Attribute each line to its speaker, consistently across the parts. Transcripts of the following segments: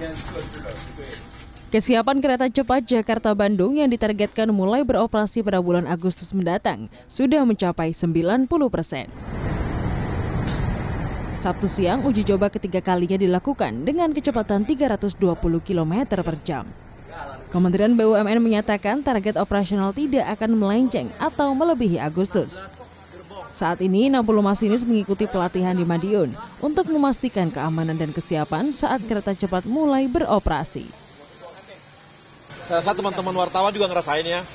Speaker 1: Kesiapan kereta cepat Jakarta-Bandung yang ditargetkan mulai beroperasi pada bulan Agustus mendatang sudah mencapai 90%. Sabtu siang, uji coba ketiga kalinya dilakukan dengan kecepatan 320 km per jam. Kementerian BUMN menyatakan target operasional tidak akan melenceng atau melebihi Agustus. Saat ini 60 masinis mengikuti pelatihan di Madiun untuk memastikan keamanan dan kesiapan saat kereta cepat mulai beroperasi.
Speaker 2: Saya rasa teman-teman wartawan juga ngerasain ya,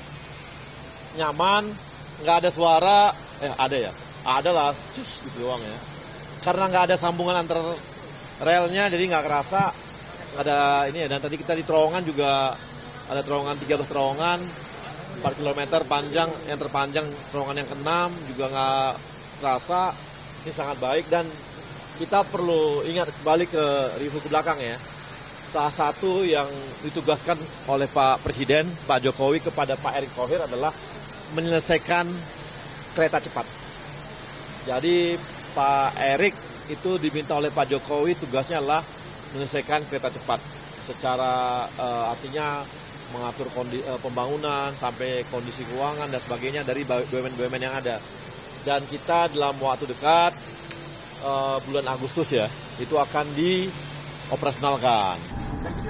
Speaker 2: nyaman, nggak ada suara, ada ya, ada lah, cus gitu doang ya. Karena nggak ada sambungan antar relnya, jadi nggak kerasa ada ini ya. Dan tadi kita di terowongan juga ada terowongan 13 terowongan, 4 km panjang, yang terpanjang terowongan yang ke-6 juga nggak terasa. Ini sangat baik dan kita perlu ingat kembali ke review ke belakang ya. Salah satu yang ditugaskan oleh Pak Presiden, Pak Jokowi kepada Pak Erick Thohir adalah menyelesaikan kereta cepat. Jadi Pak Erick itu diminta oleh Pak Jokowi tugasnya adalah menyelesaikan kereta cepat. Secara artinya mengatur pembangunan sampai kondisi keuangan dan sebagainya dari BUMN-BUMN yang ada. Dan kita dalam waktu dekat, bulan Agustus ya, itu akan dioperasionalkan.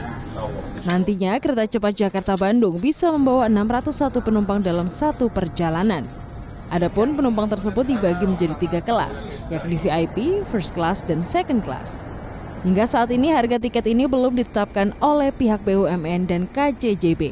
Speaker 1: Nantinya kereta cepat Jakarta-Bandung bisa membawa 601 penumpang dalam satu perjalanan. Adapun penumpang tersebut dibagi menjadi 3 kelas, yakni VIP, First Class, dan Second Class. Hingga saat ini harga tiket ini belum ditetapkan oleh pihak BUMN dan KCJB.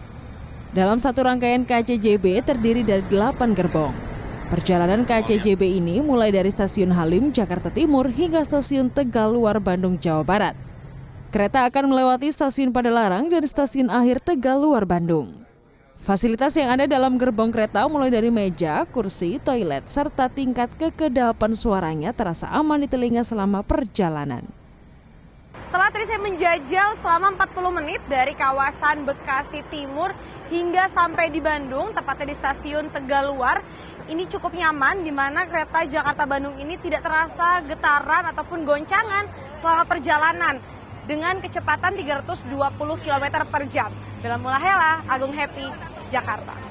Speaker 1: Dalam satu rangkaian KCJB terdiri dari 8 gerbong. Perjalanan KCJB ini mulai dari Stasiun Halim, Jakarta Timur hingga Stasiun Tegaluar, Bandung, Jawa Barat. Kereta akan melewati Stasiun Padalarang dan Stasiun Akhir Tegaluar, Bandung. Fasilitas yang ada dalam gerbong kereta mulai dari meja, kursi, toilet, serta tingkat kekedapan suaranya terasa aman di telinga selama perjalanan.
Speaker 3: Setelah tadi saya menjajal selama 40 menit dari kawasan Bekasi Timur hingga sampai di Bandung, tepatnya di Stasiun Tegaluar, ini cukup nyaman di mana kereta Jakarta-Bandung ini tidak terasa getaran ataupun goncangan selama perjalanan dengan kecepatan 320 km per jam. Bella Mulahela, Agung Happy, Jakarta.